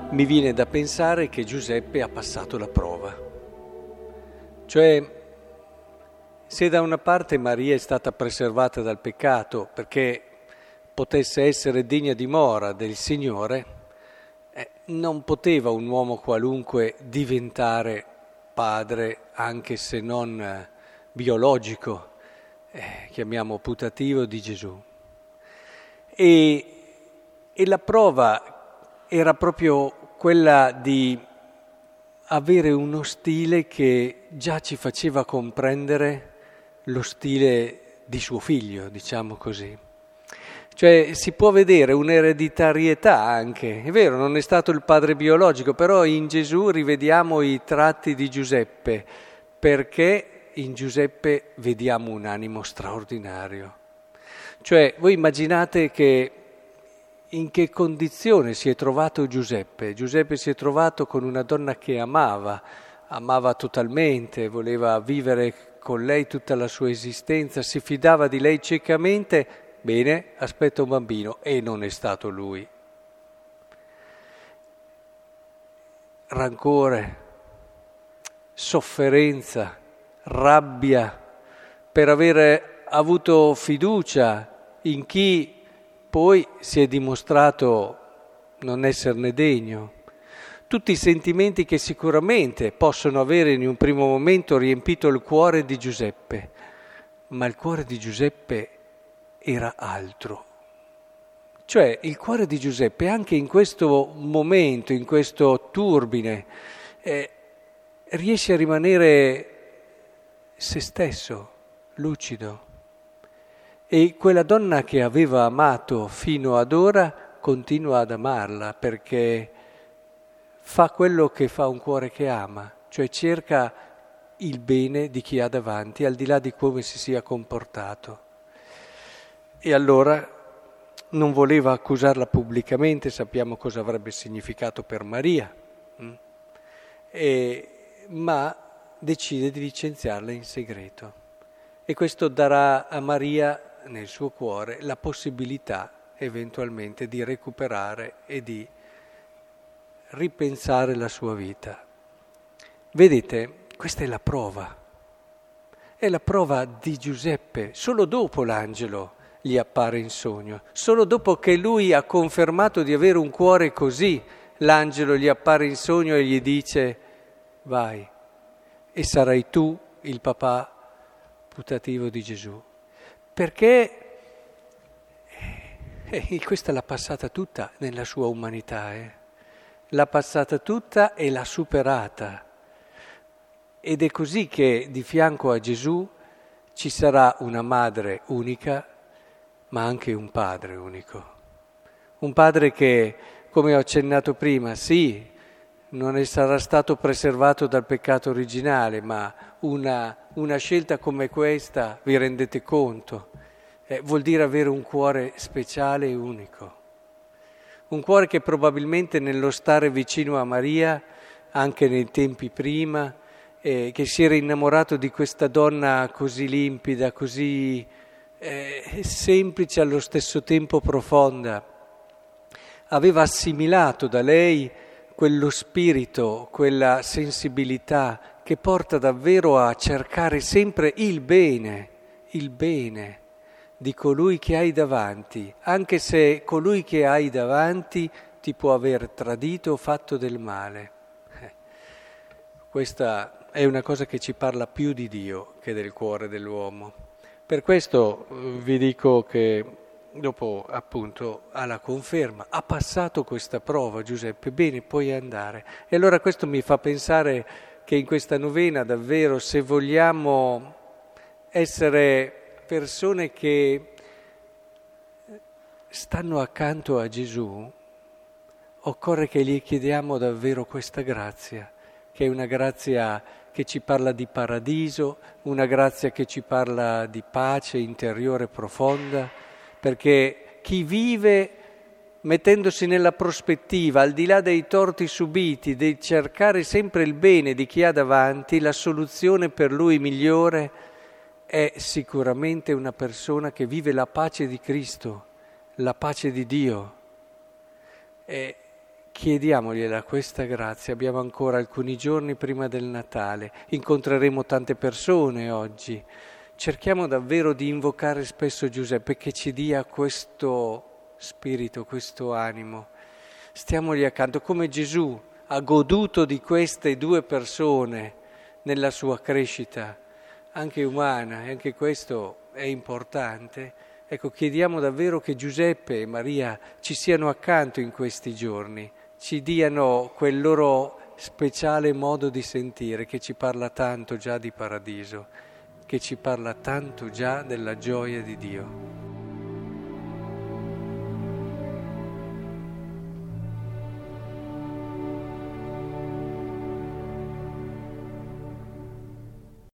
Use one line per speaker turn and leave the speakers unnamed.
mi viene da pensare che Giuseppe ha passato la prova. Cioè, se da una parte Maria è stata preservata dal peccato perché potesse essere degna dimora del Signore, non poteva un uomo qualunque diventare padre, anche se non biologico, chiamiamo putativo, di Gesù. E la prova era proprio quella di avere uno stile che già ci faceva comprendere lo stile di suo figlio, diciamo così. Cioè si può vedere un'ereditarietà anche, è vero, non è stato il padre biologico, però in Gesù rivediamo i tratti di Giuseppe, perché in Giuseppe vediamo un animo straordinario. Cioè voi immaginate che in che condizione si è trovato Giuseppe? Giuseppe si è trovato con una donna che amava totalmente, voleva vivere con lei tutta la sua esistenza, si fidava di lei ciecamente. Bene, aspetta un bambino, e non è stato lui. Rancore, sofferenza, rabbia per avere avuto fiducia in chi poi si è dimostrato non esserne degno. Tutti i sentimenti che sicuramente possono avere in un primo momento riempito il cuore di Giuseppe, ma il cuore di Giuseppe era altro. Cioè il cuore di Giuseppe anche in questo momento, in questo turbine, riesce a rimanere se stesso, lucido. E quella donna che aveva amato fino ad ora continua ad amarla perché fa quello che fa un cuore che ama, cioè cerca il bene di chi ha davanti, al di là di come si sia comportato. E allora non voleva accusarla pubblicamente, sappiamo cosa avrebbe significato per Maria, ma decide di licenziarla in segreto. E questo darà a Maria, nel suo cuore, la possibilità eventualmente di recuperare e di ripensare la sua vita. Vedete, questa è la prova di Giuseppe. Solo dopo l'angelo gli appare in sogno, solo dopo che lui ha confermato di avere un cuore così, l'angelo gli appare in sogno e gli dice: vai e sarai tu il papà putativo di Gesù. Perché questa l'ha passata tutta nella sua umanità, l'ha passata tutta e l'ha superata. Ed è così che di fianco a Gesù ci sarà una madre unica, ma anche un padre unico. Un padre che, come ho accennato prima, sì, non sarà stato preservato dal peccato originale, ma una scelta come questa, vi rendete conto, vuol dire avere un cuore speciale e unico. Un cuore che probabilmente nello stare vicino a Maria, anche nei tempi prima, che si era innamorato di questa donna così limpida, così semplice allo stesso tempo profonda, aveva assimilato da lei quello spirito, quella sensibilità che porta davvero a cercare sempre il bene di colui che hai davanti, anche se colui che hai davanti ti può aver tradito o fatto del male. Questa è una cosa che ci parla più di Dio che del cuore dell'uomo. Per questo vi dico che dopo appunto alla conferma ha passato questa prova Giuseppe, bene, puoi andare. E allora questo mi fa pensare che in questa novena davvero, se vogliamo essere persone che stanno accanto a Gesù, occorre che gli chiediamo davvero questa grazia, che è una grazia che ci parla di paradiso, una grazia che ci parla di pace interiore profonda, perché chi vive mettendosi nella prospettiva, al di là dei torti subiti, di cercare sempre il bene di chi ha davanti, la soluzione per lui migliore è sicuramente una persona che vive la pace di Cristo, la pace di Dio. chiediamogliela questa grazia. Abbiamo ancora alcuni giorni prima del Natale, incontreremo tante persone oggi. Cerchiamo davvero di invocare spesso Giuseppe che ci dia questo spirito, questo animo. Stiamogli accanto, come Gesù ha goduto di queste due persone nella sua crescita, anche umana, e anche questo è importante. Ecco, chiediamo davvero che Giuseppe e Maria ci siano accanto in questi giorni, ci diano quel loro speciale modo di sentire che ci parla tanto già di paradiso, che ci parla tanto già della gioia di Dio.